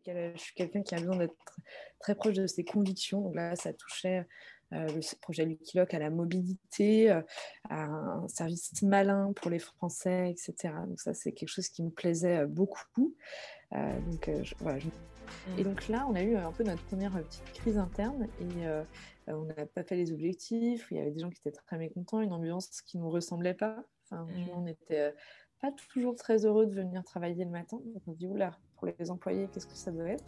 je suis quelqu'un qui a besoin d'être très proche de ses convictions. Donc là, ça touchait le projet Lucky Lock à la mobilité, à un service malin pour les Français, etc. Donc ça, c'est quelque chose qui me plaisait beaucoup. Voilà. Et donc là, on a eu un peu notre première petite crise interne et on n'a pas fait les objectifs. Il y avait des gens qui étaient très mécontents, une ambiance qui ne nous ressemblait pas. Enfin, on n'était pas toujours très heureux de venir travailler le matin. Donc on se dit, oula, pour les employés, qu'est-ce que ça doit être ?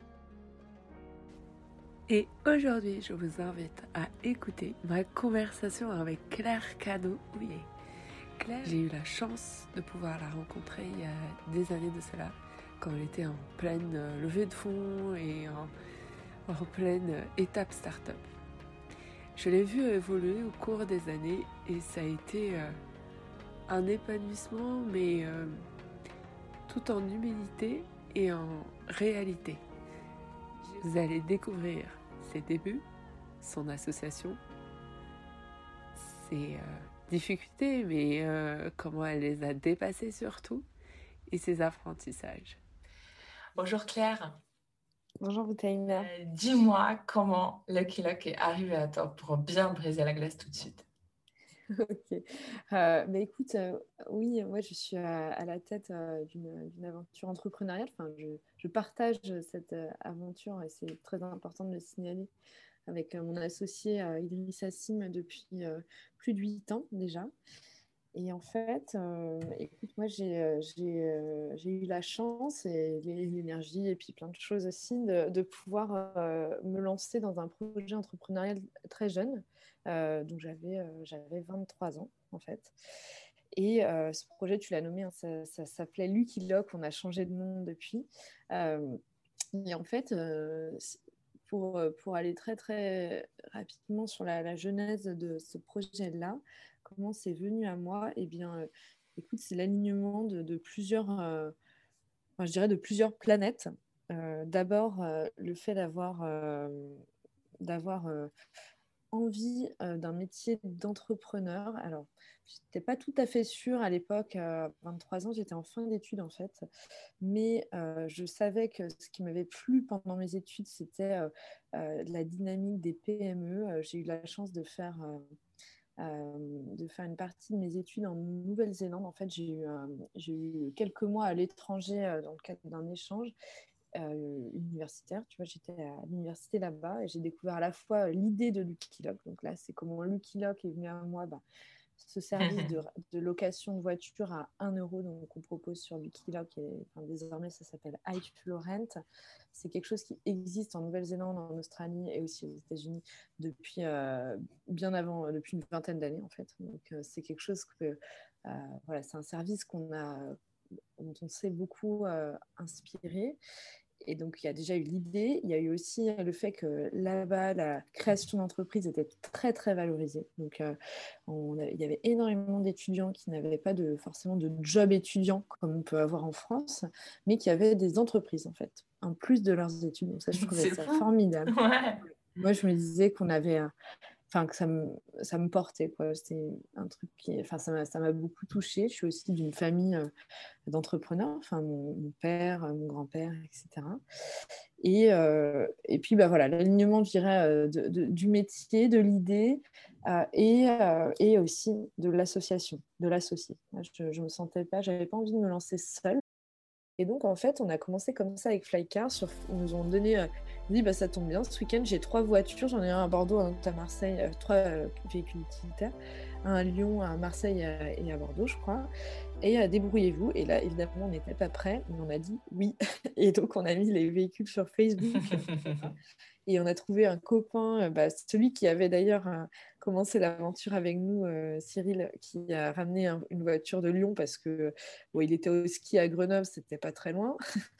Et aujourd'hui, je vous invite à écouter ma conversation avec Claire Cano-Houillet. Claire, j'ai eu la chance de pouvoir la rencontrer il y a des années de cela, quand elle était en pleine levée de fonds et en pleine étape start-up. Je l'ai vue évoluer au cours des années et ça a été un épanouissement, mais tout en humilité et en réalité. Vous allez découvrir ses débuts, son association, ses difficultés, mais comment elle les a dépassées surtout, et ses apprentissages. Bonjour Claire. Bonjour Boutaïna. Dis-moi comment Lucky Lock est arrivé à toi pour bien briser la glace tout de suite. Ok. Écoute, oui, moi je suis à la tête d'une aventure entrepreneuriale. Enfin, je partage cette aventure et c'est très important de le signaler avec mon associé Idriss Assim depuis plus de 8 ans déjà. Et en fait, écoute, moi j'ai eu la chance et l'énergie et puis plein de choses aussi de pouvoir me lancer dans un projet entrepreneurial très jeune. Donc j'avais 23 ans en fait. Et ce projet, tu l'as nommé, hein, ça s'appelait Lucky Lock, on a changé de nom depuis. Et en fait, pour aller très très rapidement sur la genèse de ce projet-là, comment c'est venu à moi? Eh bien, écoute, c'est l'alignement de plusieurs, enfin, je dirais de plusieurs planètes. D'abord, le fait d'avoir envie d'un métier d'entrepreneur. Alors, je n'étais pas tout à fait sûre à l'époque, 23 ans, j'étais en fin d'études en fait, mais je savais que ce qui m'avait plu pendant mes études, c'était la dynamique des PME. J'ai eu la chance de faire une partie de mes études en Nouvelle-Zélande. En fait, j'ai eu quelques mois à l'étranger dans le cadre d'un échange universitaire. Tu vois, j'étais à l'université là-bas et j'ai découvert à la fois l'idée de Lucky Lock. Donc là, c'est comment Lucky Lock est venu à moi. Ce service de location de voiture à 1 euro donc on propose sur Lucky Lock et enfin, désormais ça s'appelle High Flow Rent. C'est quelque chose qui existe en Nouvelle-Zélande, en Australie et aussi aux États-Unis depuis bien avant, depuis une vingtaine d'années en fait. Donc c'est quelque chose que voilà, c'est un service dont on s'est beaucoup inspiré. Et donc, il y a déjà eu l'idée. Il y a eu aussi le fait que là-bas, la création d'entreprise était très, très valorisée. Donc, il y avait énormément d'étudiants qui n'avaient pas forcément de job étudiant comme on peut avoir en France, mais qui avaient des entreprises, en fait, en plus de leurs études. Donc, ça, je trouvais ça formidable. Ouais. Moi, je me disais qu'on avait... Enfin, que ça me portait, quoi. C'était un truc enfin, ça m'a beaucoup touchée. Je suis aussi d'une famille d'entrepreneurs, enfin, mon père, mon grand-père, etc. Et puis, voilà, l'alignement, je dirais, du métier, de l'idée et aussi de l'association, de l'associé. Je me sentais pas, j'avais pas envie de me lancer seule. Et donc, en fait, on a commencé comme ça avec Flycar. Ils nous ont donné, dit, ça tombe bien, ce week-end, j'ai 3 voitures. J'en ai un à Bordeaux, un autre à Marseille, 3 véhicules utilitaires, un à Lyon, à Marseille et à Bordeaux, je crois. Et débrouillez-vous. Et là, évidemment, on n'était pas prêts, mais on a dit oui. Et donc, on a mis les véhicules sur Facebook. Et on a trouvé un copain, celui qui avait d'ailleurs commencé l'aventure avec nous, Cyril, qui a ramené une voiture de Lyon parce que il était au ski à Grenoble, c'était pas très loin.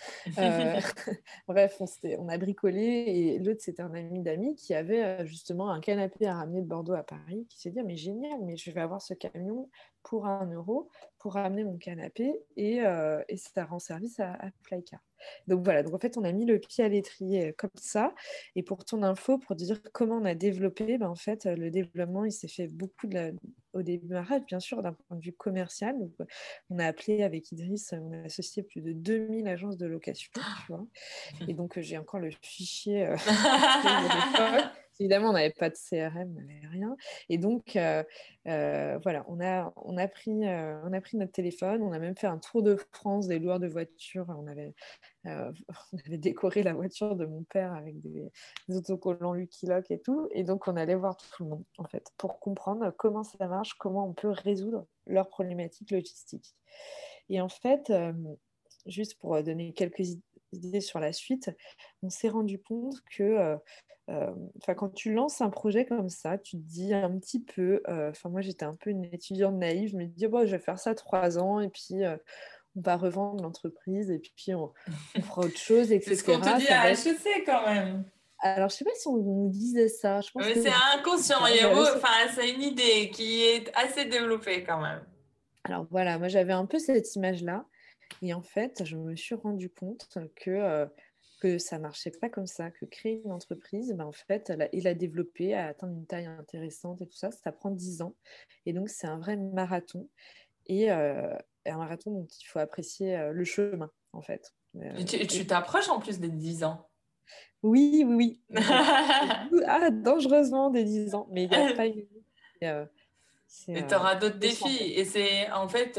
Bref, on a bricolé et l'autre, c'était un ami d'amis qui avait justement un canapé à ramener de Bordeaux à Paris, qui s'est dit, mais génial, mais je vais avoir ce camion pour 1 euro pour ramener mon canapé et ça rend service à Flycar. Donc voilà, donc en fait, on a mis le pied à l'étrier comme ça. Et pour ton info, pour te dire comment on a développé, en fait, le développement, il s'est fait beaucoup au démarrage, bien sûr, d'un point de vue commercial. Donc, on a appelé avec Idriss, on a associé plus de 2000 agences de location, tu vois. Et donc, j'ai encore le fichier de l'époque. Évidemment, on n'avait pas de CRM, on n'avait rien. Et donc, voilà, on a pris notre téléphone, on a même fait un tour de France des loueurs de voitures. On avait décoré la voiture de mon père avec des autocollants Lucky Lock et tout. Et donc, on allait voir tout le monde, en fait, pour comprendre comment ça marche, comment on peut résoudre leurs problématiques logistiques. Et en fait, juste pour donner quelques idées sur la suite, on s'est rendu compte que quand tu lances un projet comme ça, tu te dis un petit peu, moi j'étais un peu une étudiante naïve, je me dis bon, je vais faire ça 3 ans et puis on va revendre l'entreprise et puis on fera autre chose, etc. C'est ce qu'on te dit à HEC quand même. Alors je sais pas si on nous disait ça, je pense Mais que c'est inconscient, c'est une idée qui est assez développée quand même. Alors voilà, moi j'avais un peu cette image-là et en fait je me suis rendu compte que ça marchait pas comme ça, que créer une entreprise, en fait, et la développer, à atteindre une taille intéressante et tout ça, ça prend 10 ans. Et donc, c'est un vrai marathon et un marathon dont il faut apprécier le chemin, en fait. Tu t'approches en plus des 10 ans. Oui, oui, oui. Dangereusement des 10 ans, mais il n'y a pas eu... Et tu auras d'autres défis. Et c'est en fait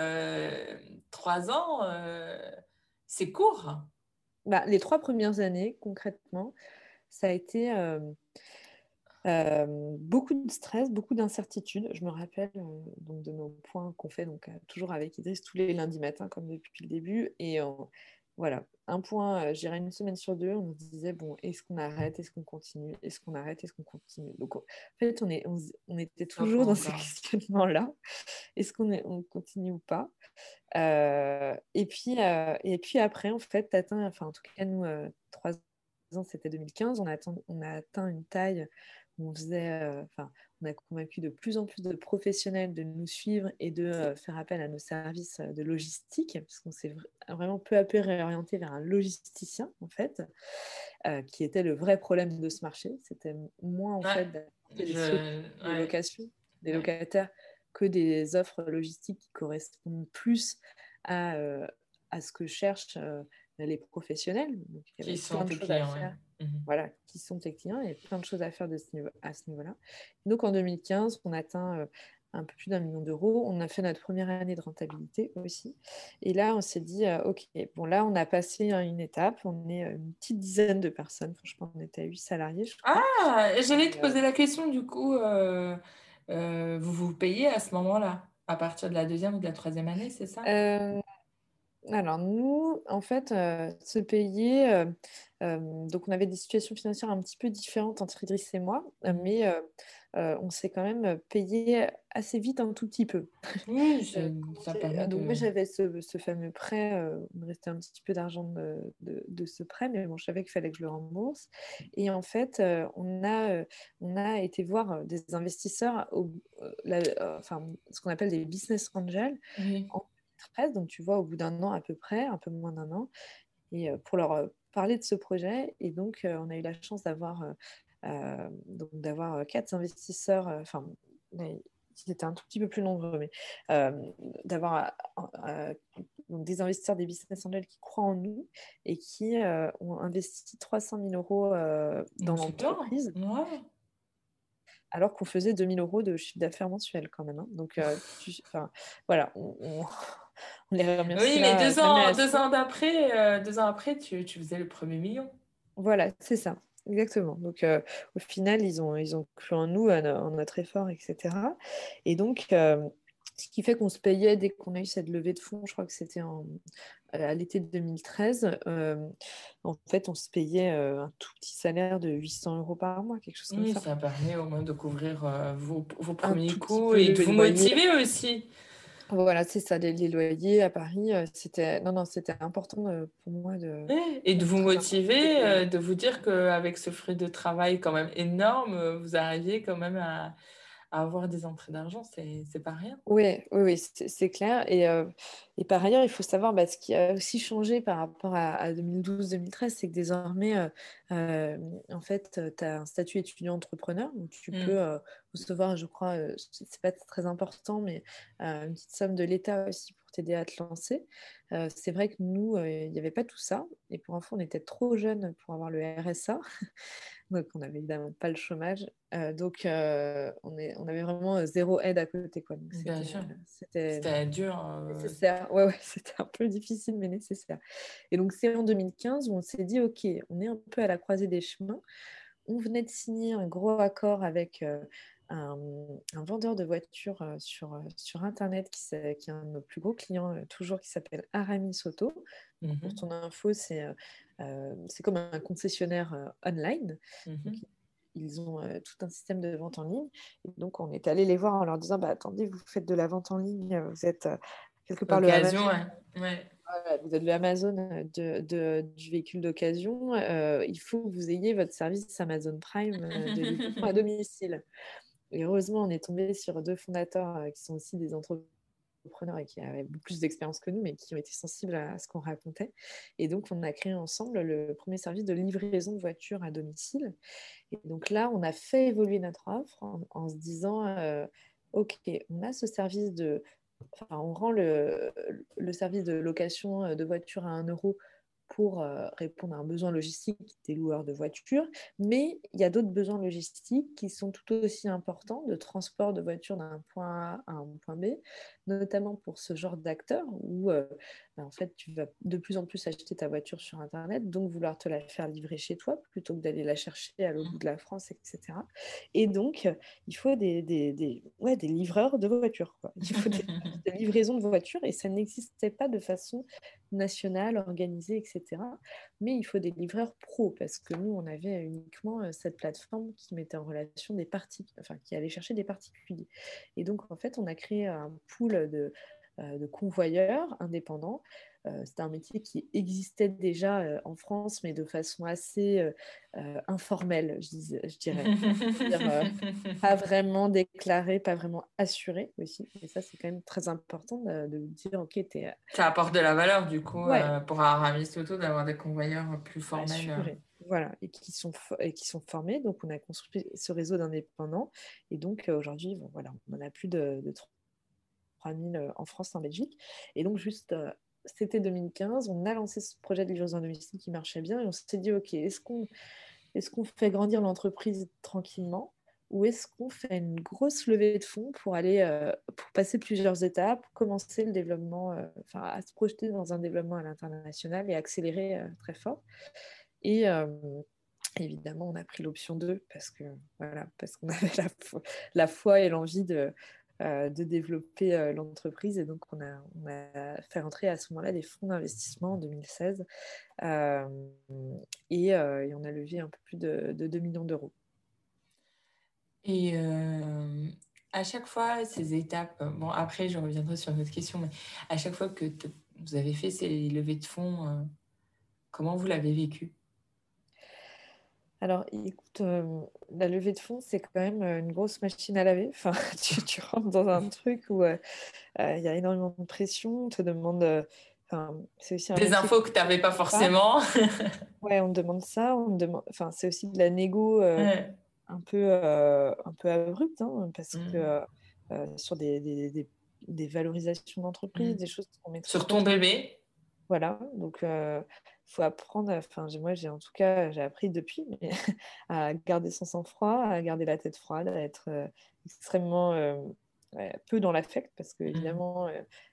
3 ans, c'est court. Les 3 premières années, concrètement, ça a été beaucoup de stress, beaucoup d'incertitudes. Je me rappelle donc de nos points qu'on fait donc, toujours avec Idriss tous les lundis matins, comme depuis le début. Et voilà, un point, j'irai une semaine sur 2, on nous disait, bon, est-ce qu'on arrête, est-ce qu'on continue, est-ce qu'on arrête, est-ce qu'on continue. Donc, en fait, on était toujours dans ces questionnements-là. Est-ce qu'on continue ou pas et puis après, en fait, en tout cas, nous, 3 ans, c'était 2015, on a atteint une taille où on a convaincu de plus en plus de professionnels de nous suivre et de faire appel à nos services de logistique, parce qu'on s'est vraiment peu à peu réorienté vers un logisticien, en fait, qui était le vrai problème de ce marché. C'était moins, en fait, des locations, des locataires, que des offres logistiques qui correspondent plus à ce que cherchent les professionnels. Donc, il y avait plein de choses à faire. Voilà, qui sont tes clients. Il y a plein de choses à faire à ce niveau-là. Donc, en 2015, on atteint un peu plus d'1 million d'euros. On a fait notre première année de rentabilité aussi. Et là, on s'est dit, OK, bon, là, on a passé une étape. On est une petite dizaine de personnes. Franchement, on était à 8 salariés, je crois. J'allais te poser la question, du coup, vous payez à ce moment-là, à partir de la 2e ou de la 3e année, c'est ça? Alors, nous, en fait, se payer, donc on avait des situations financières un petit peu différentes entre Idriss et moi, mais on s'est quand même payé assez vite un tout petit peu. Oui, ça permet donc, moi, j'avais ce fameux prêt, il me restait un petit peu d'argent de ce prêt, mais bon, je savais qu'il fallait que je le rembourse. Et en fait, on a été voir des investisseurs, ce qu'on appelle des business angels, en 2013, donc tu vois, au bout d'1 an à peu près, un peu moins d'1 an, et pour leur parler de ce projet. Et donc, on a eu la chance d'avoir 4 investisseurs, ils étaient un tout petit peu plus nombreux, mais d'avoir des investisseurs, des business angels qui croient en nous et qui ont investi 300 000 euros dans l'entreprise. Ouais. Alors qu'on faisait 2 000 euros de chiffre d'affaires mensuel quand même. Hein. Donc, voilà, on les remercie. Oui, mais 2 ans après, tu faisais le premier million. Voilà, c'est ça, exactement. Donc, au final, ils ont cru en nous, en notre effort, etc. Et donc, ce qui fait qu'on se payait dès qu'on a eu cette levée de fonds, je crois que c'était à l'été 2013, en fait, on se payait un tout petit salaire de 800 euros par mois, quelque chose comme ça. Oui, ça permet au moins de couvrir vos premiers coûts peu et de vous motiver aussi. Voilà, c'est ça, les loyers à Paris, c'était important pour moi et de vous motiver, de vous dire qu'avec ce fruit de travail quand même énorme, vous arriviez quand même à avoir des entrées d'argent, c'est pas rien. Oui, c'est clair. Et par ailleurs, il faut savoir ce qui a aussi changé par rapport à 2012-2013, c'est que désormais, en fait, tu as un statut étudiant-entrepreneur, où tu peux recevoir, je crois, c'est pas très important, mais une petite somme de l'État aussi pour t'aider à te lancer. C'est vrai que nous, il n'y avait pas tout ça. Et pour info, on était trop jeunes pour avoir le RSA. Donc, on n'avait évidemment pas le chômage. On avait vraiment zéro aide à côté, quoi. Donc, Bien sûr. c'était C'était dur. nécessaire. Ouais, c'était un peu difficile, mais nécessaire. Et donc, c'est en 2015 où on s'est dit, OK, on est un peu à la croisée des chemins. On venait de signer un gros accord avec un, un vendeur de voitures sur Internet qui est un de nos plus gros clients, toujours, qui s'appelle Aramis Auto. Pour ton info, c'est comme un concessionnaire online. Donc, ils ont tout un système de vente en ligne. Et donc, on est allé les voir en leur disant, attendez, vous faites de la vente en ligne, vous êtes quelque part le Amazon. Ouais. Voilà, vous êtes le Amazon du véhicule d'occasion. Il faut que vous ayez votre service Amazon Prime de livraison à domicile. Et heureusement, on est tombé sur 2 fondateurs qui sont aussi des entrepreneurs et qui avaient beaucoup plus d'expérience que nous, mais qui ont été sensibles à ce qu'on racontait. Et donc, on a créé ensemble le premier service de livraison de voitures à domicile. Et donc là, on a fait évoluer notre offre en se disant, OK, on a ce service on rend le service de location de voitures à 1 € pour répondre à un besoin logistique des loueurs de voitures, mais il y a d'autres besoins logistiques qui sont tout aussi importants, de transport de voitures d'un point A à un point B, notamment pour ce genre d'acteurs où en fait, tu vas de plus en plus acheter ta voiture sur Internet, donc vouloir te la faire livrer chez toi plutôt que d'aller la chercher à l'autre bout de la France, etc. Et donc, il faut des livreurs de voitures, quoi. Il faut des livraisons de voitures, et ça n'existait pas de façon nationale, organisée, etc. Mais il faut des livreurs pros, parce que nous, on avait uniquement cette plateforme qui mettait en relation qui allait chercher des particuliers. Et donc, en fait, on a créé un pool de convoyeurs indépendants. C'était un métier qui existait déjà en France, mais de façon assez informelle, je dirais. Pas vraiment déclaré, pas vraiment assuré aussi. Et ça, c'est quand même très important de dire, OK, ça apporte de la valeur, du coup, ouais, pour Aramis Auto, d'avoir des convoyeurs plus formels. assuré. Voilà, et qui sont formés. Donc, on a construit ce réseau d'indépendants. Et donc, aujourd'hui, voilà, on en a plus de 3000 en France, en Belgique. Et donc, juste, c'était 2015, on a lancé ce projet de livraison à domicile qui marchait bien. Et on s'est dit, OK, est-ce qu'on fait grandir l'entreprise tranquillement, ou est-ce qu'on fait une grosse levée de fonds pour pour passer plusieurs étapes, commencer le développement, à se projeter dans un développement à l'international et accélérer très fort. Et évidemment, on a pris l'option 2 parce qu'on avait la foi et l'envie de développer l'entreprise. Et donc, on a fait rentrer à ce moment-là des fonds d'investissement en 2016. Et on a levé un peu plus de 2 millions d'euros. Et à chaque fois, ces étapes, bon, après, je reviendrai sur une autre question, mais à chaque fois que vous avez fait ces levées de fonds, comment vous l'avez vécu? Alors, écoute, la levée de fonds, c'est quand même une grosse machine à laver. Enfin, tu rentres dans un truc où il y a énormément de pression, on te demande... c'est aussi un des métier infos que tu n'avais pas forcément. Ouais, on te demande ça, c'est aussi de la négo Ouais. un peu abrupte, hein, parce que sur des valorisations d'entreprise, des choses qu'on maîtrise Sur pas ton trop. bébé. Voilà, donc faut apprendre, moi en tout cas, j'ai appris depuis, mais à garder son sang-froid, à garder la tête froide, à être extrêmement peu dans l'affect, parce que évidemment,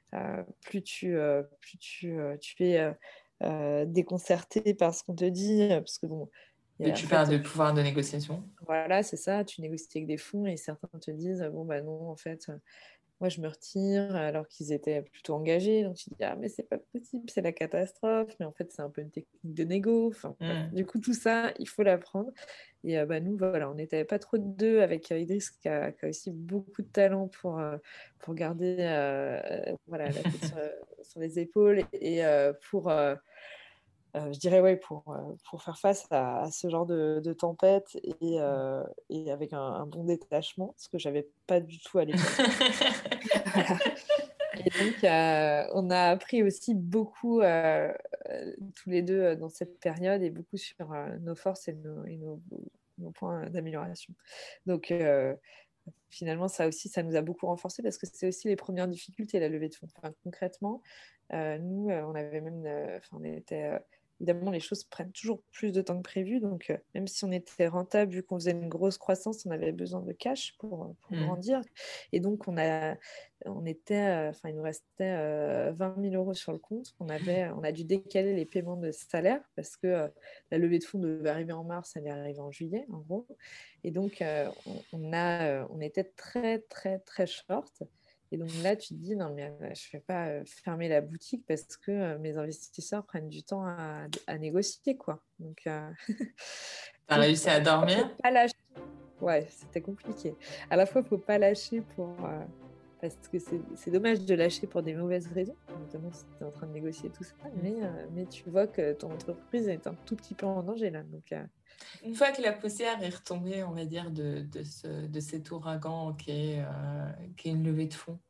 tu es déconcerté par ce qu'on te dit, parce que bon, Mais tu perds de pouvoir de négociation. voilà, c'est ça, tu négocies avec des fonds et certains te disent, bon non, en fait, moi je me retire, alors qu'ils étaient plutôt engagés. Donc tu dis, ah mais c'est pas possible, c'est la catastrophe, mais en fait c'est un peu une technique de négo. Enfin, bref. Du coup, tout ça, il faut l'apprendre. Et nous, voilà, on n'était pas trop de deux avec Idriss qui a aussi beaucoup de talent pour garder la tête sur les épaules et je dirais, ouais, pour faire face à ce genre de tempête et avec un bon détachement, ce que je n'avais pas du tout à l'époque. Voilà. Et donc, on a appris aussi beaucoup, tous les deux, dans cette période, et beaucoup sur nos forces et nos points d'amélioration. Donc, finalement, ça aussi, ça nous a beaucoup renforcés parce que c'est aussi les premières difficultés, la levée de fonds. Enfin, concrètement, nous, on avait même, on était, évidemment, les choses prennent toujours plus de temps que prévu. Donc, même si on était rentable, vu qu'on faisait une grosse croissance, on avait besoin de cash pour grandir. Et donc, il nous restait 20 000 euros sur le compte. On a dû décaler les paiements de salaire parce que la levée de fonds devait arriver en mars, elle est arrivée en juillet, en gros. Et donc, on était très, très, très short. Et donc là, tu te dis, non, mais je ne vais pas fermer la boutique parce que mes investisseurs prennent du temps à négocier, quoi. Donc, T'as réussi à dormir? Faut pas lâcher. Ouais, c'était compliqué. À la fois, il ne faut pas lâcher parce que c'est dommage de lâcher pour des mauvaises raisons, notamment si tu es en train de négocier tout ça, mais tu vois que ton entreprise est un tout petit peu en danger là. Donc, une fois que la poussière est retombée, on va dire, de cet ouragan qui est une levée de fonds,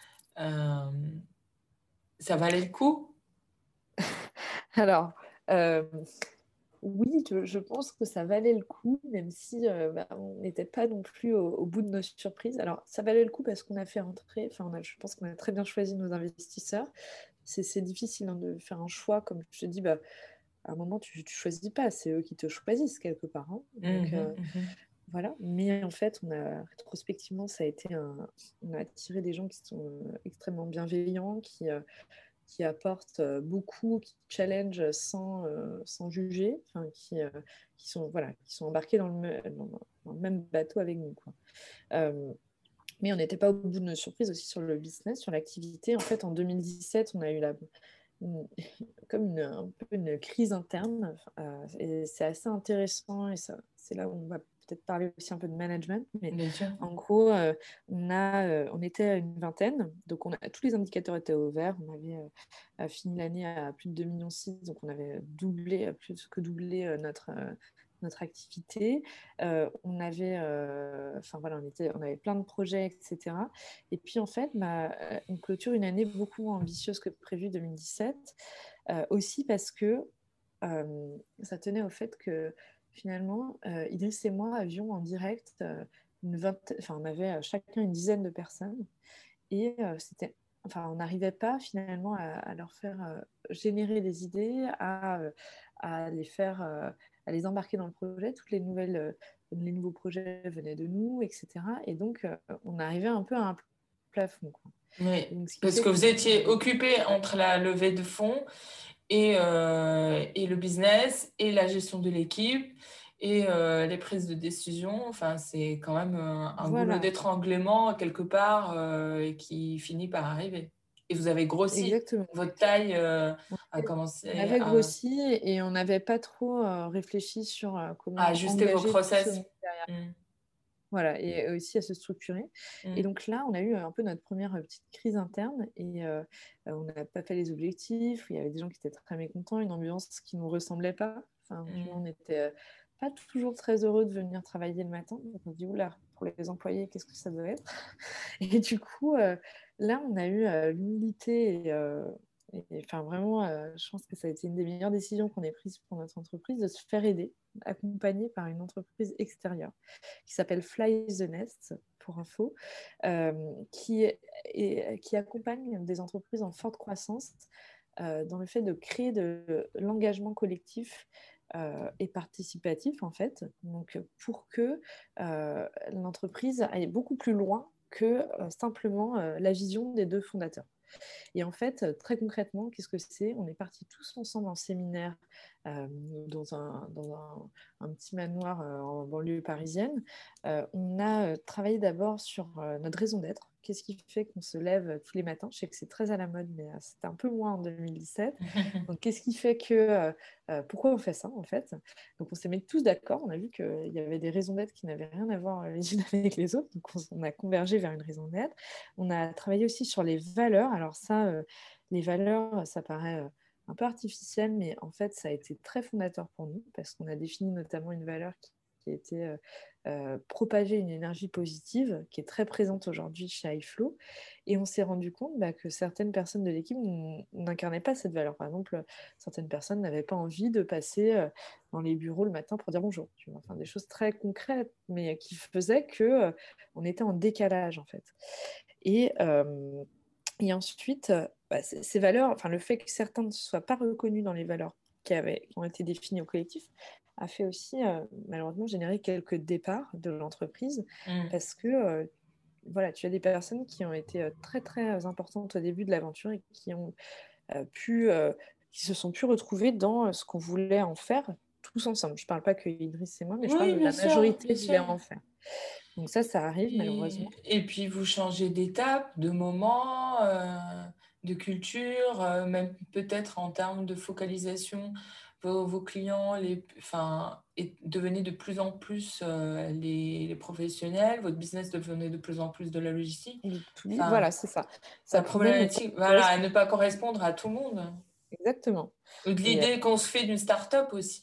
ça valait le coup? Alors, oui, je pense que ça valait le coup, même si on n'était pas non plus au bout de nos surprises. Alors, ça valait le coup parce qu'on a fait rentrer, je pense qu'on a très bien choisi nos investisseurs. C'est difficile, hein, de faire un choix, comme je te dis, à un moment, tu ne choisis pas, c'est eux qui te choisissent quelque part, hein. Donc, voilà. Mais en fait, rétrospectivement, on a attiré des gens qui sont extrêmement bienveillants, qui apportent beaucoup, qui challenge sans juger, qui sont embarqués dans le même bateau avec nous, quoi. Mais on n'était pas au bout de nos surprises aussi sur le business, sur l'activité. En fait, en 2017, on a eu un peu une crise interne. Et c'est assez intéressant, et c'est là où on va peut-être parler aussi un peu de management. Mais en gros, on était à une vingtaine, donc tous les indicateurs étaient au vert. On avait fini l'année à plus de 2,6 millions, donc on avait plus que doublé notre activité. On avait plein de projets, etc. Et puis en fait, on clôture une année beaucoup moins ambitieuse que prévu, 2017, aussi parce que ça tenait au fait que finalement, Idriss et moi avions en direct on avait chacun une dizaine de personnes, et on n'arrivait pas finalement à leur faire générer des idées, à les embarquer dans le projet. Les nouveaux projets venaient de nous, etc. Et donc, on arrivait un peu à un plafond, quoi. Oui, parce que vous étiez occupé entre la levée de fonds et le business et la gestion de l'équipe et les prises de décision. Enfin, c'est quand même un goulot d'étranglement quelque part qui finit par arriver. Et vous avez grossi. Exactement. Votre taille a commencé on avait grossi et on n'avait pas trop réfléchi sur comment ajuster vos process. Voilà, et aussi à se structurer. Et donc là, on a eu un peu notre première petite crise interne, et on n'a pas fait les objectifs. Il y avait des gens qui étaient très mécontents, une ambiance qui ne nous ressemblait pas. On n'était pas toujours très heureux de venir travailler le matin. Donc on se dit, oula, pour les employés, qu'est-ce que ça doit être? Et du coup, là, on a eu l'humilité vraiment, je pense que ça a été une des meilleures décisions qu'on ait prises pour notre entreprise, de se faire aider, accompagné par une entreprise extérieure qui s'appelle Fly the Nest, pour info, qui accompagne des entreprises en forte croissance dans le fait de créer de l'engagement collectif et participatif, en fait, donc pour que l'entreprise aille beaucoup plus loin que simplement la vision des deux fondateurs. Et en fait, très concrètement, qu'est-ce que c'est? On est partis tous ensemble en séminaire dans un petit manoir en banlieue parisienne. On a travaillé d'abord sur notre raison d'être. Qu'est-ce qui fait qu'on se lève tous les matins? Je sais que c'est très à la mode, mais c'était un peu moins en 2017. Donc, qu'est-ce qui fait pourquoi on fait ça, en fait? Donc, on s'est mis tous d'accord. On a vu qu'il y avait des raisons d'être qui n'avaient rien à voir les unes avec les autres. Donc, on a convergé vers une raison d'être. On a travaillé aussi sur les valeurs. Alors ça, les valeurs, ça paraît un peu artificielle, mais en fait, ça a été très fondateur pour nous parce qu'on a défini notamment une valeur qui était propager une énergie positive qui est très présente aujourd'hui chez iFlow. Et on s'est rendu compte que certaines personnes de l'équipe n'incarnaient pas cette valeur. Par exemple, certaines personnes n'avaient pas envie de passer dans les bureaux le matin pour dire bonjour. Tu vois, enfin, des choses très concrètes, mais qui faisaient que on était en décalage, en fait. Et ensuite, ces valeurs, enfin, le fait que certains ne soient pas reconnus dans les valeurs qui ont été définies au collectif, a fait aussi, malheureusement, générer quelques départs de l'entreprise parce que voilà, tu as des personnes qui ont été très, très importantes au début de l'aventure et qui ont qui se sont pu retrouver dans ce qu'on voulait en faire tous ensemble. Je ne parle pas que Idriss et moi, mais je parle Oui, de bien la sûr, majorité bien qui voulait sûr. en faire. Donc ça arrive malheureusement. Et puis, vous changez d'étape, de moment, de culture, même peut-être en termes de focalisation. Vos clients, devenaient de plus en plus les professionnels. Votre business devenait de plus en plus de la logistique. Enfin, Voilà, c'est ça. la Ça pouvait ne pas problématique, voilà, à correspondre. ne pas correspondre à tout le monde. Exactement. Ou de Et l'idée qu'on se fait d'une start-up aussi.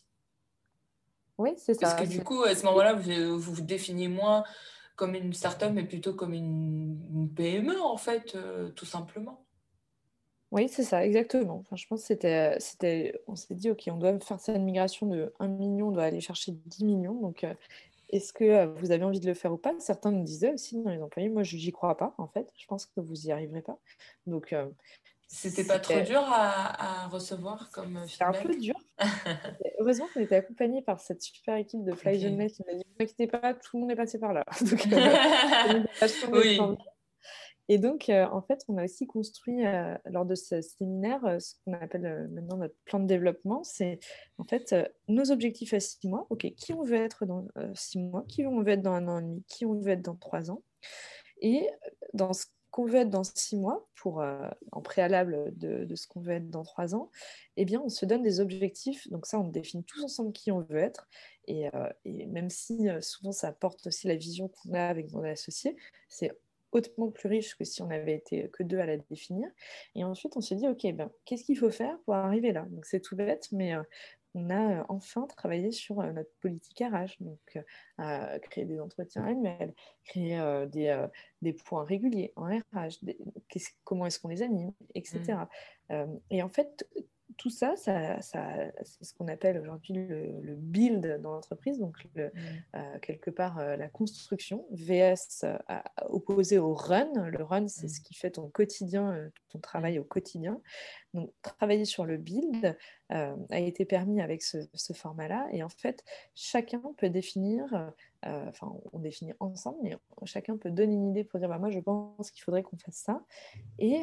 oui, c'est Parce que ça. du coup, à ce moment-là, vous vous définiez moins comme une start-up, mais plutôt comme une PME, en fait, tout simplement. Oui, c'est ça, exactement. Enfin, je pense que on s'est dit, OK, on doit faire cette migration de 1 million, on doit aller chercher 10 millions. Donc, est-ce que vous avez envie de le faire ou pas? Certains nous disaient aussi dans les employés, moi, je n'y crois pas, en fait. Je pense que vous n'y arriverez pas. Donc, C'était pas trop dur à recevoir comme c'était un peu feedback? dur. Heureusement qu'on était accompagnés par cette super équipe de Fly the Ok. Nest qui m'a dit, ne vous inquiétez pas, tout le monde est passé par là. Donc, ça nous a vachement Oui. détendu. Et donc, en fait, on a aussi construit, lors de ce séminaire, ce qu'on appelle maintenant notre plan de développement. C'est en fait nos objectifs à 6 mois. OK, qui on veut être dans 6 mois, qui on veut être dans 1 an et demi, qui on veut être dans 3 ans. Et dans ce qu'on veut être dans 6 mois, en préalable de ce qu'on veut être dans 3 ans, eh bien, on se donne des objectifs. Donc ça, on définit tous ensemble qui on veut être. Et même si souvent, ça apporte aussi la vision qu'on a avec nos associés, c'est hautement plus riche que si on avait été que deux à la définir. Et ensuite, on se dit, OK, ben, qu'est-ce qu'il faut faire pour arriver là? Donc c'est tout bête, mais on a enfin travaillé sur notre politique RH, donc créer des entretiens annuels, créer des points réguliers en RH, comment est-ce qu'on les anime, etc. Et en fait, tout ça, c'est ce qu'on appelle aujourd'hui le build dans l'entreprise, donc quelque part la construction, VS opposé au run. Le run, c'est ce qui fait ton quotidien, ton travail au quotidien. Donc, travailler sur le build a été permis avec ce format-là. Et en fait, chacun peut définir, enfin, on définit ensemble, mais chacun peut donner une idée pour dire, moi, je pense qu'il faudrait qu'on fasse ça. Et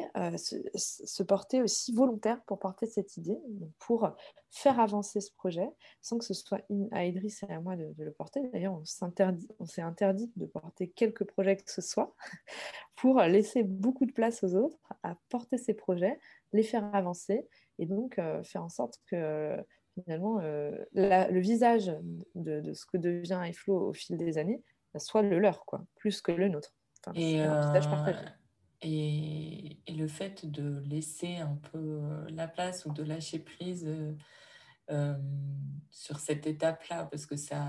se porter aussi volontaire pour porter cette idée, pour faire avancer ce projet, sans que ce soit à Idriss et à moi de le porter. D'ailleurs, on s'est interdit de porter quelque projet que ce soit, pour laisser beaucoup de place aux autres à porter ces projets, les faire avancer et donc faire en sorte que finalement le visage de ce que devient iFlow au fil des années soit le leur, quoi, plus que le nôtre. Enfin, Et, c'est un visage partagé. et le fait de laisser un peu la place ou de lâcher prise euh, sur cette étape-là, parce que ça...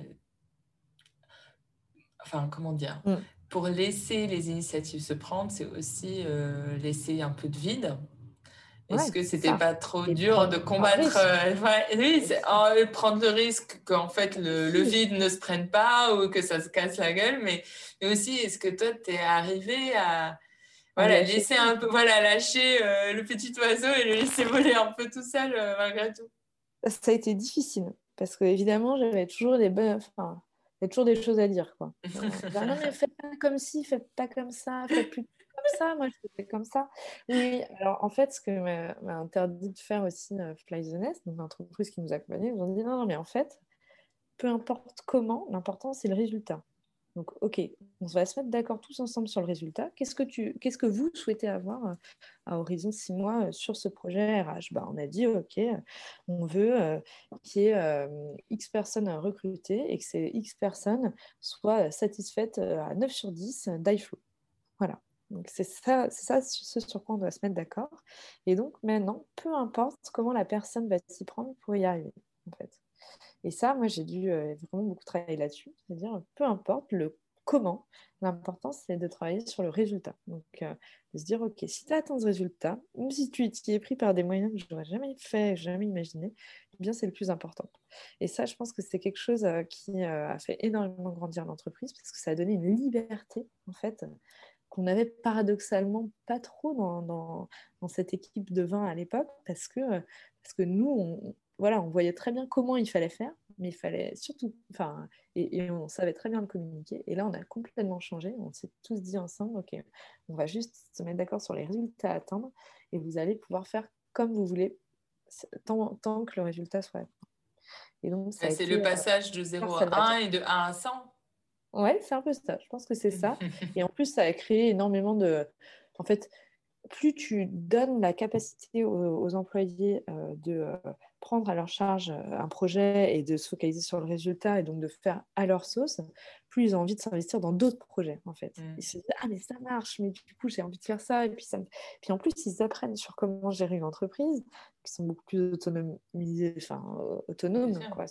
Enfin, comment dire? Pour laisser les initiatives se prendre, c'est aussi laisser un peu de vide. Est-ce Ouais, que c'est c'était ça. pas trop Et dur de prendre un combattre risque oui, aussi. prendre le risque qu'en fait le vide ne se prenne pas ou que ça se casse la gueule, mais aussi est-ce que toi t'es arrivé à À voilà lâcher laisser un peu lâcher le petit oiseau et le laisser voler un peu tout seul malgré tout. ça a été difficile parce que évidemment j'avais toujours des bonnes, enfin, il y a toujours des choses à dire, quoi. Genre, non mais faites pas comme ci, faites pas comme ça, faites plutôt comme ça. Moi je fais comme ça. Oui, alors en fait ce que m'a interdit de faire aussi Fly the Nest, donc l'entreprise qui nous accompagnait, ils nous ont dit non, non mais en fait peu importe comment, l'important c'est le résultat. Donc, OK, on va se mettre d'accord tous ensemble sur le résultat. Qu'est-ce que vous souhaitez avoir à horizon 6 mois sur ce projet RH? On a dit, OK, on veut qu'il y ait X personnes à recruter et que ces X personnes soient satisfaites à 9 sur 10 d'iFlow. Voilà. Donc, c'est ça ce sur quoi on doit se mettre d'accord. Et donc, maintenant, peu importe comment la personne va s'y prendre pour y arriver, en fait. Et ça, moi, j'ai dû vraiment beaucoup travailler là-dessus. C'est-à-dire, peu importe le comment, l'important, c'est de travailler sur le résultat. Donc, de se dire, OK, si tu as atteint ce résultat, même si tu t'y es pris par des moyens que je n'aurais jamais fait, jamais imaginé, eh bien, c'est le plus important. Et ça, je pense que c'est quelque chose qui a fait énormément grandir l'entreprise parce que ça a donné une liberté, en fait, qu'on avait paradoxalement pas trop dans cette équipe de 20 à l'époque parce que nous, on voyait très bien comment il fallait faire, mais il fallait surtout, et on savait très bien le communiquer. Et là, on a complètement changé. On s'est tous dit ensemble, OK, on va juste se mettre d'accord sur les résultats à atteindre et vous allez pouvoir faire comme vous voulez tant que le résultat soit atteint. Et donc, ça a C'est été le passage de 0 à salvateur. 1 et de 1 à 100. Ouais, c'est un peu ça. Je pense que c'est ça. Et en plus, ça a créé énormément de... En fait, plus tu donnes la capacité aux employés de prendre à leur charge un projet et de se focaliser sur le résultat et donc de faire à leur sauce, plus ils ont envie de s'investir dans d'autres projets, en fait. Ils se disent, ah, mais ça marche, mais du coup, j'ai envie de faire ça. Et puis, puis en plus, ils apprennent sur comment gérer une entreprise, qui sont beaucoup plus autonomes quoi,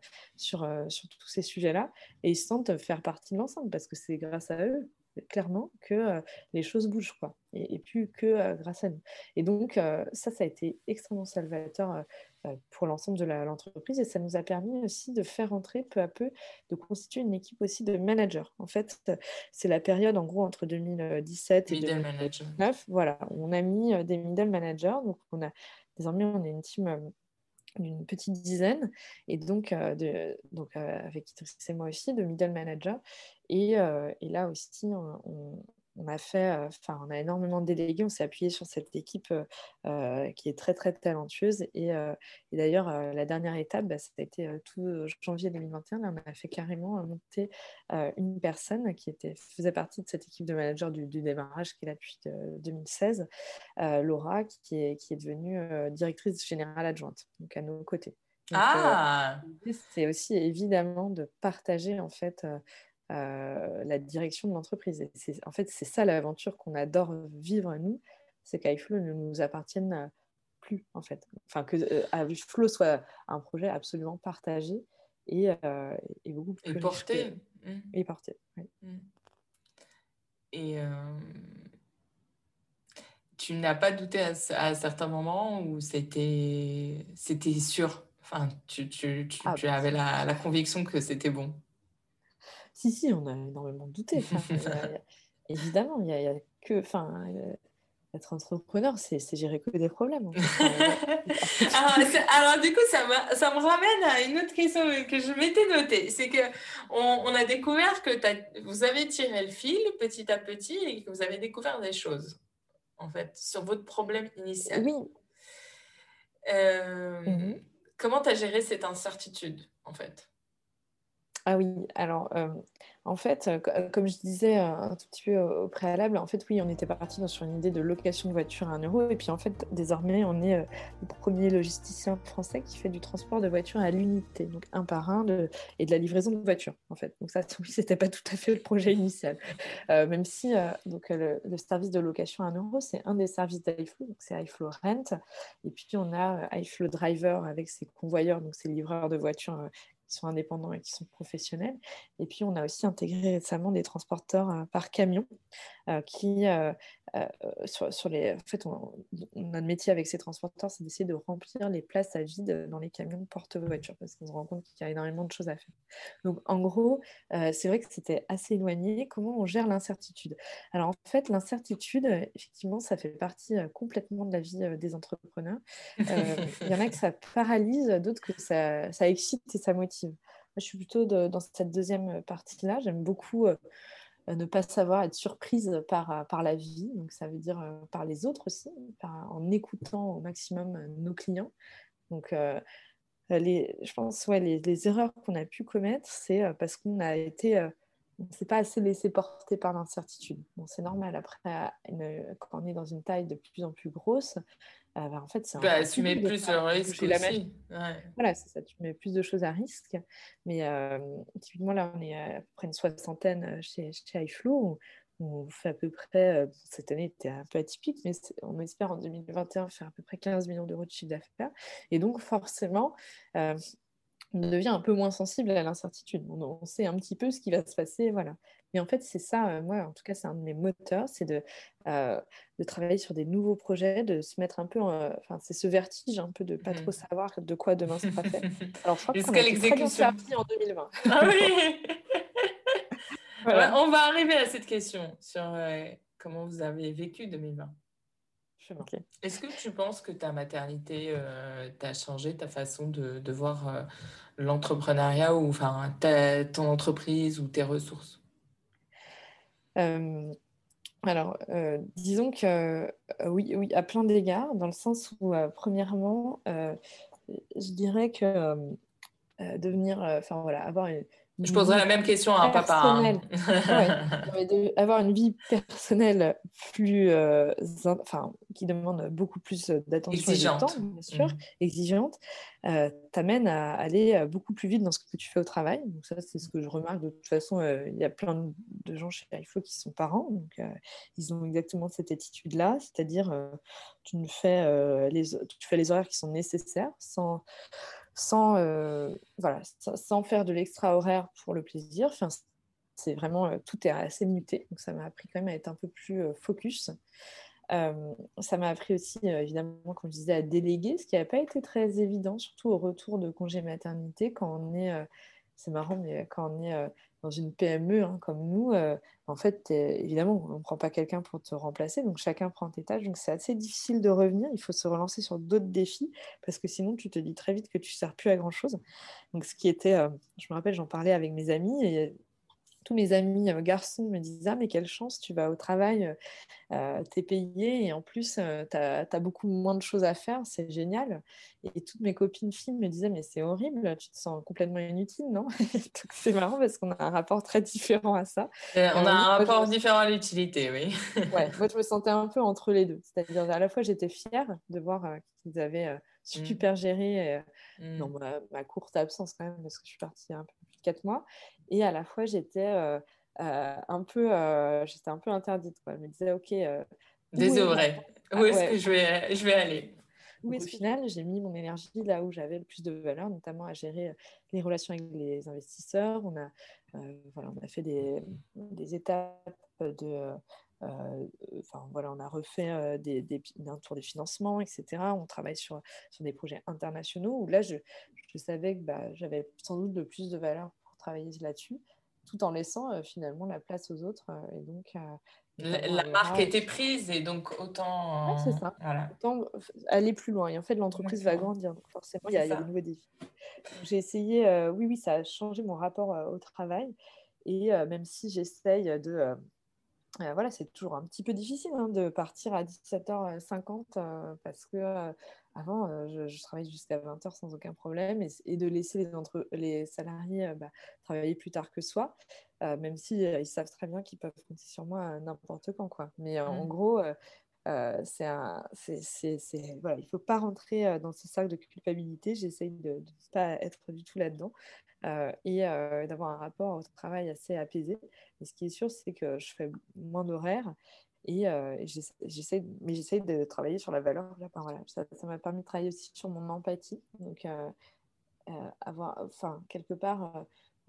sur tous ces sujets-là. Et ils se sentent faire partie de l'ensemble parce que c'est grâce à eux clairement que les choses bougent quoi, et plus que grâce à nous. Et donc ça a été extrêmement salvateur pour l'ensemble de l'entreprise et ça nous a permis aussi de faire entrer peu à peu, de constituer une équipe aussi de managers. En fait, c'est la période en gros entre 2017 et Middle manager. 2019. Voilà, on a mis des middle managers, donc désormais on est une team d'une petite dizaine, et donc, avec Idriss et moi aussi, de middle manager. Et là aussi, on a fait, on a énormément délégué, on s'est appuyé sur cette équipe qui est très, très talentueuse. Et d'ailleurs, la dernière étape, ça a été tout janvier 2021. Là, on a fait carrément monter une personne qui faisait partie de cette équipe de managers du démarrage, qui est là depuis 2016, Laura, qui est devenue directrice générale adjointe, donc à nos côtés. Donc, c'est aussi évidemment de partager en fait la direction de l'entreprise. Et en fait, c'est ça l'aventure qu'on adore vivre nous, c'est qu'iFlow ne nous appartienne plus en fait. Enfin, que iFlow soit un projet absolument partagé et beaucoup plus riche porté. Et porté. Oui. Et tu n'as pas douté à certains moments où c'était sûr. Enfin, tu avais la conviction que c'était bon. Si, on a énormément douté. Évidemment, il y a que... être entrepreneur, c'est gérer que des problèmes. En fait. Alors, du coup, ça me ramène à une autre question que je m'étais notée. C'est qu'on a découvert que vous avez tiré le fil petit à petit et que vous avez découvert des choses, en fait, sur votre problème initial. Oui. Comment tu as géré cette incertitude, en fait? Ah oui, alors en fait, comme je disais un tout petit peu au préalable, en fait oui, on était parti sur une idée de location de voiture à 1 euro, et puis en fait désormais on est le premier logisticien français qui fait du transport de voitures à l'unité, donc un par un, et de la livraison de voitures en fait. Donc ça, oui, c'était pas tout à fait le projet initial, même si le service de location à 1 euro, c'est un des services d'iFlow, donc c'est iFlow Rent, et puis on a iFlow Driver avec ses convoyeurs, donc ses livreurs de voitures qui sont indépendants et qui sont professionnels. Et puis, on a aussi intégré récemment des transporteurs par camion qui, sur les... En fait, notre métier avec ces transporteurs, c'est d'essayer de remplir les places à vide dans les camions porte-voitures parce qu'on se rend compte qu'il y a énormément de choses à faire. Donc, en gros, c'est vrai que c'était assez éloigné. Comment on gère l'incertitude? Alors, en fait, l'incertitude, effectivement, ça fait partie complètement de la vie des entrepreneurs. Il y en a que ça paralyse, d'autres que ça excite et ça motive. Moi, je suis plutôt dans cette deuxième partie-là. J'aime beaucoup ne pas savoir, être surprise par la vie. Donc, ça veut dire par les autres aussi, en écoutant au maximum nos clients. Donc, je pense, les erreurs qu'on a pu commettre, c'est parce qu'on a été... on ne s'est pas assez laissé porter par l'incertitude. Bon, c'est normal. Après, quand on est dans une taille de plus en plus grosse, en fait, c'est encore tu mets plus le risque aussi. Ouais. Voilà, c'est ça. Tu mets plus de choses à risque. Mais typiquement, là, on est à peu près une soixantaine chez iFlow. on fait à peu près, cette année était un peu atypique, mais on espère en 2021 faire à peu près 15 millions d'euros de chiffre d'affaires. Et donc forcément, on devient un peu moins sensible à l'incertitude. On sait un petit peu ce qui va se passer, voilà. Mais en fait, c'est ça, moi, en tout cas, c'est un de mes moteurs, c'est de travailler sur des nouveaux projets, de se mettre un peu, enfin, c'est ce vertige un peu de pas trop savoir de quoi demain sera fait. Alors, je crois qu'on a Jusqu'à été très bien l'exécution. servi en 2020. Ah oui. Voilà. On va arriver à cette question sur comment vous avez vécu 2020. Okay. Est-ce que tu penses que ta maternité t'a changé ta façon de voir l'entrepreneuriat ou enfin ton entreprise ou tes ressources? Alors, disons que oui, oui, à plein d'égards, dans le sens où, premièrement, je dirais que devenir, enfin voilà, avoir une Je poserai vie la même question à un papa. personnelle, ouais, Hein. avoir une vie personnelle plus, enfin, qui demande beaucoup plus d'attention et de temps, Exigeante. bien sûr, exigeante, t'amène à aller beaucoup plus vite dans ce que tu fais au travail. Donc ça, c'est ce que je remarque. De toute façon, il y a plein de gens chez Aiflo qui sont parents, donc ils ont exactement cette attitude-là, c'est-à-dire tu fais les horaires qui sont nécessaires voilà, sans faire de l'extra-horaire pour le plaisir. Enfin, c'est vraiment, tout est assez muté. Donc, ça m'a appris quand même à être un peu plus focus. Ça m'a appris aussi, évidemment, comme je disais, à déléguer, ce qui n'a pas été très évident, surtout au retour de congé maternité, quand on est, c'est marrant, mais quand on est dans une PME hein, comme nous, en fait, évidemment, on ne prend pas quelqu'un pour te remplacer, donc chacun prend tes tâches, donc c'est assez difficile de revenir, il faut se relancer sur d'autres défis, parce que sinon, tu te dis très vite que tu ne sers plus à grand-chose. Donc, ce qui était, je me rappelle, j'en parlais avec mes amis, et tous mes amis garçons me disaient « Ah, mais quelle chance, tu vas au travail, t'es payé et en plus, t'as beaucoup moins de choses à faire, c'est génial. » Et toutes mes copines filles me disaient « Mais c'est horrible, tu te sens complètement inutile, non ?» Donc c'est marrant parce qu'on a un rapport très différent à ça. On a En un moi, rapport différent à l'utilité, oui. ouais, moi, je me sentais un peu entre les deux. C'est-à-dire, à la fois, j'étais fière de voir qu'ils avaient super géré dans ma courte absence quand même, parce que je suis partie un peu plus de 4 mois. Et à la fois, j'étais j'étais un peu interdite, quoi. Je me disais, OK, où est Désœuvrée. Où est-ce ouais, que je vais aller? où au final, j'ai mis mon énergie là où j'avais le plus de valeur, notamment à gérer les relations avec les investisseurs. Voilà, on a fait des étapes de... Enfin, voilà, on a refait un tour des financements, etc. On travaille sur des projets internationaux où là, je savais que j'avais sans doute le plus de valeur pour travailler là-dessus, tout en laissant finalement la place aux autres. Et donc, La marque était prise et donc autant... Ouais, c'est ça. Voilà. Autant aller plus loin. Et en fait, l'entreprise va grandir. Donc forcément, il y a des nouveaux défis. Donc, j'ai essayé, oui, ça a changé mon rapport au travail. Et même si j'essaye de... voilà, c'est toujours un petit peu difficile hein, de partir à 17h50 parce que avant, je travaillais jusqu'à 20h sans aucun problème et de laisser les salariés travailler plus tard que soi, même si ils savent très bien qu'ils peuvent compter sur moi n'importe quand, quoi. Mais en gros, voilà, il ne faut pas rentrer dans ce cercle de culpabilité. J'essaye de ne pas être du tout là-dedans. Et d'avoir un rapport au travail assez apaisé. Et ce qui est sûr, c'est que je fais moins d'horaires et j'essaie de travailler sur la valeur. Là, voilà. Ça m'a permis de travailler aussi sur mon empathie. Donc, quelque part,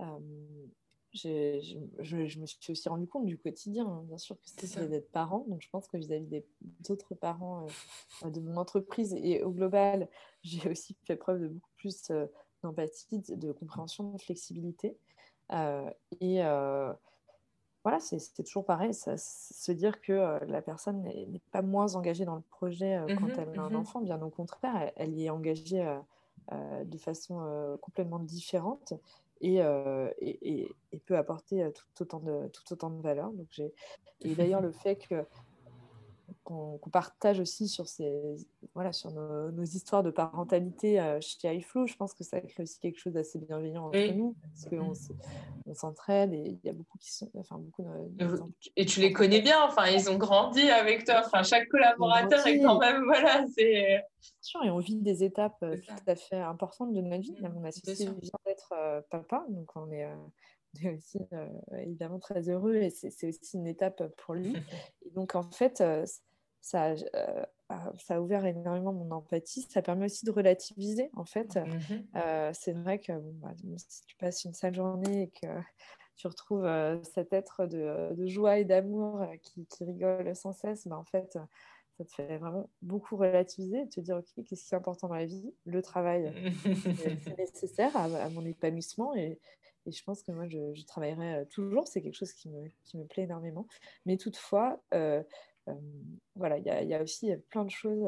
je me suis aussi rendu compte du quotidien, hein, bien sûr, que c'était d'être parent. Donc, je pense que vis-à-vis des autres parents de mon entreprise et au global, j'ai aussi fait preuve de beaucoup plus d'empathie, de compréhension, de flexibilité. Et voilà, c'est toujours pareil, se dire que la personne n'est pas moins engagée dans le projet quand elle a un enfant, bien au contraire, elle y est engagée de façon complètement différente et peut apporter tout autant de valeur. Donc et d'ailleurs, le fait qu'on partage aussi sur sur nos histoires de parentalité chez Aiflo, je pense que ça crée aussi quelque chose d'assez bienveillant entre nous, parce qu'on s'entraide et il y a beaucoup qui sont... Enfin, beaucoup et tu les connais bien, enfin, ils ont grandi avec toi, enfin, chaque collaborateur est quand même, voilà, c'est... Sûr, et on vit des étapes tout à fait importantes de notre vie. Mon associé vient d'être papa, donc on est est aussi évidemment très heureux et c'est aussi une étape pour lui. Et donc, en fait, ça, ça a ouvert énormément mon empathie. Ça permet aussi de relativiser, en fait. C'est vrai que si tu passes une sale journée et que tu retrouves cet être de joie et d'amour qui rigole sans cesse, en fait, ça te fait vraiment beaucoup relativiser et te dire, OK, qu'est-ce qui est important dans la vie? Le travail, c'est nécessaire à mon épanouissement et je pense que moi, je travaillerai toujours. C'est quelque chose qui me plaît énormément. Mais toutefois, euh, voilà, il y a aussi plein de choses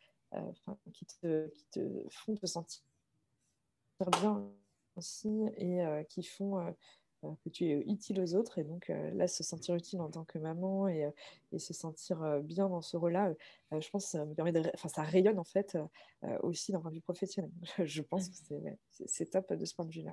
qui te font te sentir bien aussi et qui font que tu es utile aux autres. Et donc là, se sentir utile en tant que maman et se sentir bien dans ce rôle-là, je pense que ça me permet enfin, ça rayonne en fait aussi d'un point de vue professionnel. Je pense que c'est top de ce point de vue-là.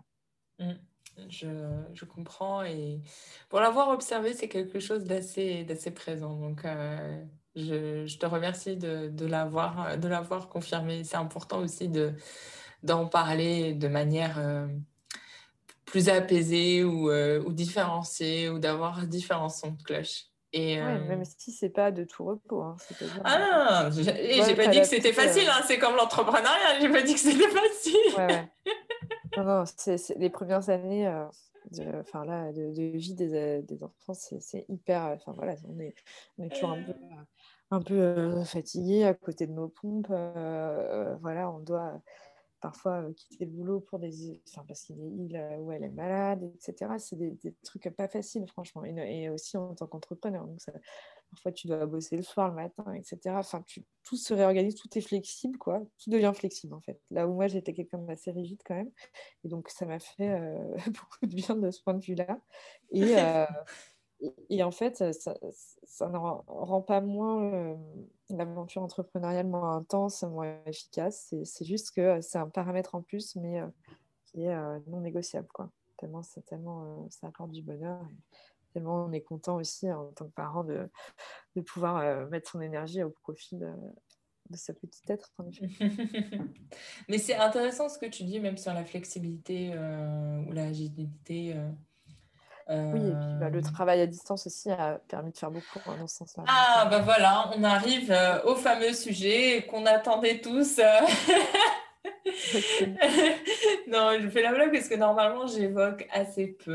Je comprends et pour l'avoir observé, c'est quelque chose d'assez présent. Donc, je te remercie de l'avoir confirmé. C'est important aussi d'en parler de manière plus apaisée ou différenciée ou d'avoir différents sons de cloche. Et, Ouais, même si c'est pas de tout repos, hein, c'est-à-dire ah non, tu dois j'ai pas dit que c'était t'adapter. facile, hein, c'est comme l'entrepreneuriat, j'ai pas dit que c'était facile. Ouais, ouais. Non, non, c'est les premières années enfin, là, de vie des enfants, c'est hyper. Enfin, voilà, on est toujours un peu fatigué à côté de nos pompes. Voilà, on doit parfois quitter le boulot pour enfin, parce qu'il est où elle est malade, etc. C'est des trucs pas faciles, franchement. Et aussi en tant qu'entrepreneur. Donc, parfois, tu dois bosser le soir, le matin, etc. Enfin, tout se réorganise, tout est flexible, quoi. Tout devient flexible, en fait. Là où moi, j'étais quelqu'un d'assez rigide quand même. Et donc, ça m'a fait beaucoup de bien de ce point de vue-là. Et, et en fait, ça ne rend pas moins l'aventure entrepreneuriale moins intense, moins efficace. C'est juste que c'est un paramètre en plus, mais qui est non négociable, quoi. Tellement ça apporte du bonheur. Et tellement on est content aussi en tant que parent de pouvoir mettre son énergie au profit de sa petite être, en effet. Mais c'est intéressant ce que tu dis, même sur la flexibilité ou la rigidité. Oui, et puis le travail à distance aussi a permis de faire beaucoup dans ce sens-là. Ah, bah voilà, on arrive au fameux sujet qu'on attendait tous. Exactement. Non, je fais la blague parce que normalement, j'évoque assez peu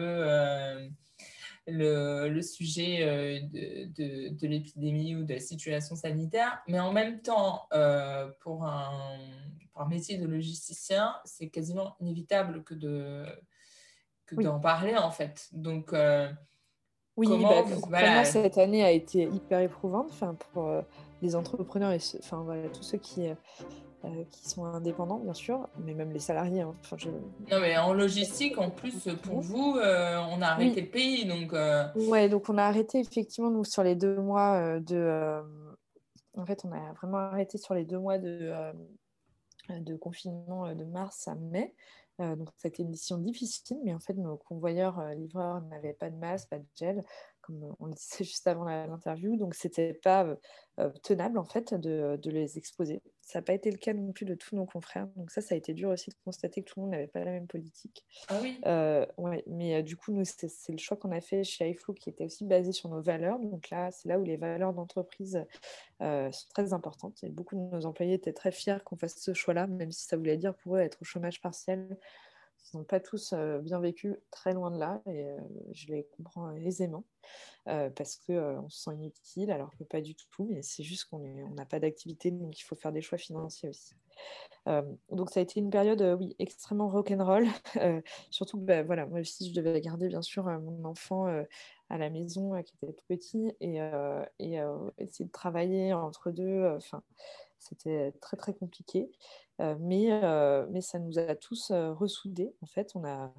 le sujet de l'épidémie ou de la situation sanitaire. Mais en même temps, pour un métier de logisticien, c'est quasiment inévitable que Oui. d'en parler, en fait. Donc, Oui, comment concrètement, voilà. cette année a été hyper éprouvante, enfin, pour les entrepreneurs et enfin, voilà, tous ceux qui sont indépendants, bien sûr, mais même les salariés. Hein. Enfin, Non, mais en logistique, en plus, pour vous, on a arrêté Oui, le pays. Donc, ouais, donc on a arrêté effectivement, nous, sur les 2 mois en fait, on a vraiment arrêté sur les 2 mois de confinement de mars à mai. Donc, c'était une décision difficile, mais en fait, nos convoyeurs livreurs n'avaient pas de masque, pas de gel, comme on le disait juste avant l'interview. Donc, c'était pas tenable, en fait, de les exposer. Ça n'a pas été le cas non plus de tous nos confrères. Donc, ça a été dur aussi de constater que tout le monde n'avait pas la même politique. ah oui. Ouais, mais du coup, nous, c'est le choix qu'on a fait chez iFlow qui était aussi basé sur nos valeurs. Donc là, c'est là où les valeurs d'entreprise sont très importantes. Et beaucoup de nos employés étaient très fiers qu'on fasse ce choix-là, même si ça voulait dire pour eux être au chômage partiel. Ils n'ont pas tous bien vécu, très loin de là, et je les comprends aisément, parce qu'on se sent inutile, alors que pas du tout, mais c'est juste on n'a pas d'activité, donc il faut faire des choix financiers aussi. Donc ça a été une période, oui, extrêmement rock'n'roll. Surtout, bah, voilà, moi aussi, je devais garder bien sûr mon enfant à la maison qui était tout petit et essayer de travailler entre deux. Enfin, c'était très très compliqué, mais ça nous a tous ressoudés. En fait,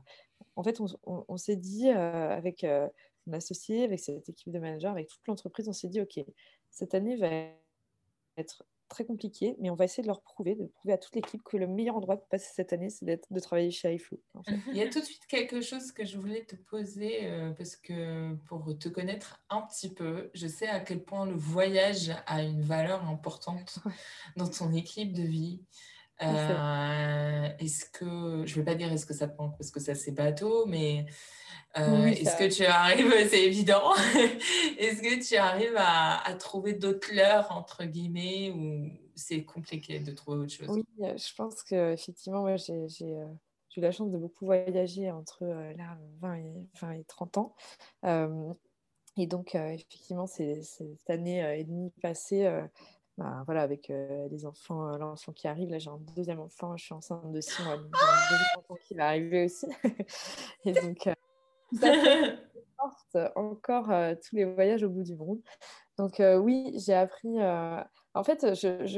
on s'est dit avec mon associé, avec cette équipe de managers, avec toute l'entreprise, on s'est dit, OK, cette année va être très compliqué, mais on va essayer de prouver à toute l'équipe que le meilleur endroit pour passer cette année, c'est de travailler chez iFlow. En fait. Il y a tout de suite quelque chose que je voulais te poser parce que pour te connaître un petit peu, je sais à quel point le voyage a une valeur importante dans ton équipe de vie. Est-ce que, je ne vais pas dire est-ce que ça te manque parce que ça c'est bateau, mais Oui, est-ce que tu arrives, c'est évident, est-ce que tu arrives à trouver d'autres leurres, entre guillemets, ou c'est compliqué de trouver autre chose? oui, je pense qu'effectivement, ouais, j'ai eu la chance de beaucoup voyager entre là, 20 et 30 ans. Et donc, effectivement, cette année et demie passée, bah, voilà, avec les enfants, l'enfant qui arrive, là j'ai un deuxième enfant, je suis enceinte de 6 mois, donc j'ai un deuxième enfant qui va arriver aussi. Et donc, tout ça fait que je porte encore tous les voyages au bout du monde. Donc oui, j'ai appris. En fait,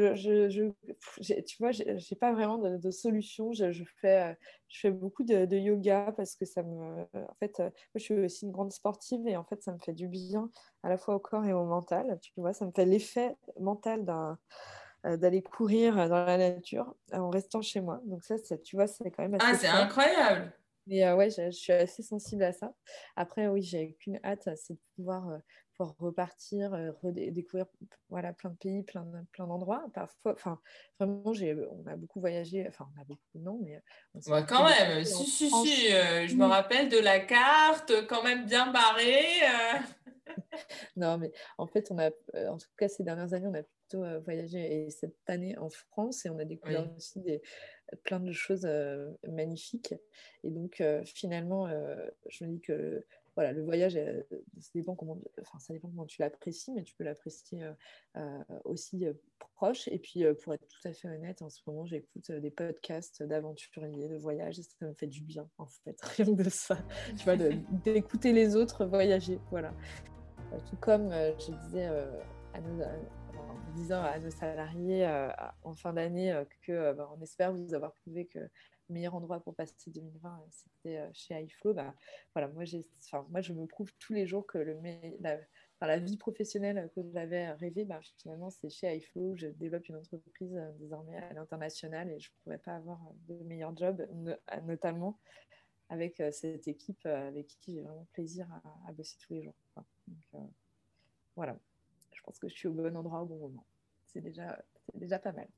tu vois, j'ai pas vraiment de solution. Je fais beaucoup de yoga parce que en fait, moi, je suis aussi une grande sportive et en fait, ça me fait du bien à la fois au corps et au mental. Tu vois, ça me fait l'effet mental d'aller courir dans la nature en restant chez moi. Donc ça, tu vois, c'est quand même Ah, assez c'est fort. incroyable! Mais ouais, je suis assez sensible à ça. Après, oui, j'ai qu'une hâte, c'est de pouvoir repartir, découvrir voilà, plein de pays, plein d'endroits. Parfois, enfin, vraiment, on a beaucoup voyagé, enfin, on a beaucoup, non, mais on s'est Ouais, fait quand des même, trajets en si, France. je me Oui. rappelle de la carte, quand même bien barrée. Non, mais en fait, en tout cas, ces dernières années, on a plutôt voyagé et cette année en France et on a découvert Oui. aussi plein de choses magnifiques. Et donc, finalement, je me dis que voilà, le voyage, ça dépend comment tu l'apprécies, mais tu peux l'apprécier aussi proche. Et puis, pour être tout à fait honnête, en ce moment, j'écoute des podcasts d'aventuriers, de voyage, et ça me fait du bien, en fait, rien que de ça. Tu vois, d'écouter les autres voyager, voilà. Tout comme je disais en disant à nos salariés en fin d'année on espère vous avoir prouvé que le meilleur endroit pour passer 2020, c'était chez iFlow. Bah, voilà, moi, je me prouve tous les jours que la vie professionnelle que j'avais rêvé, bah, finalement, c'est chez iFlow. Je développe une entreprise désormais à l'international et je ne pourrais pas avoir de meilleur job, notamment avec cette équipe avec qui j'ai vraiment plaisir à bosser tous les jours, quoi. Donc, voilà, je pense que je suis au bon endroit au bon moment. C'est déjà pas mal.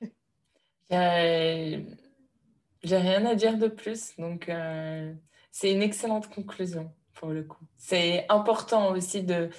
J'ai j'ai rien à dire de plus, donc c'est une excellente conclusion pour le coup. C'est important aussi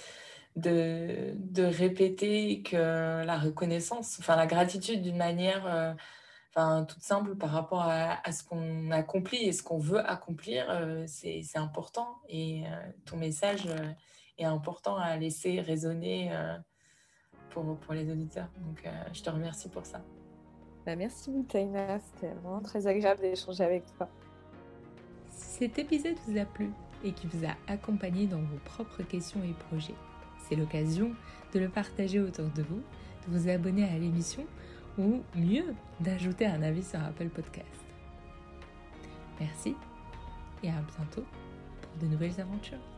de répéter que la reconnaissance, enfin la gratitude d'une manière enfin, toute simple par rapport à ce qu'on accomplit et ce qu'on veut accomplir, c'est important. Et ton message est important à laisser résonner pour les auditeurs. Donc, je te remercie pour ça. Bah, merci Moutaina, c'était vraiment très agréable d'échanger avec toi. Si cet épisode vous a plu et qui vous a accompagné dans vos propres questions et projets, c'est l'occasion de le partager autour de vous, de vous abonner à l'émission ou mieux, d'ajouter un avis sur Apple Podcast. Merci et à bientôt pour de nouvelles aventures.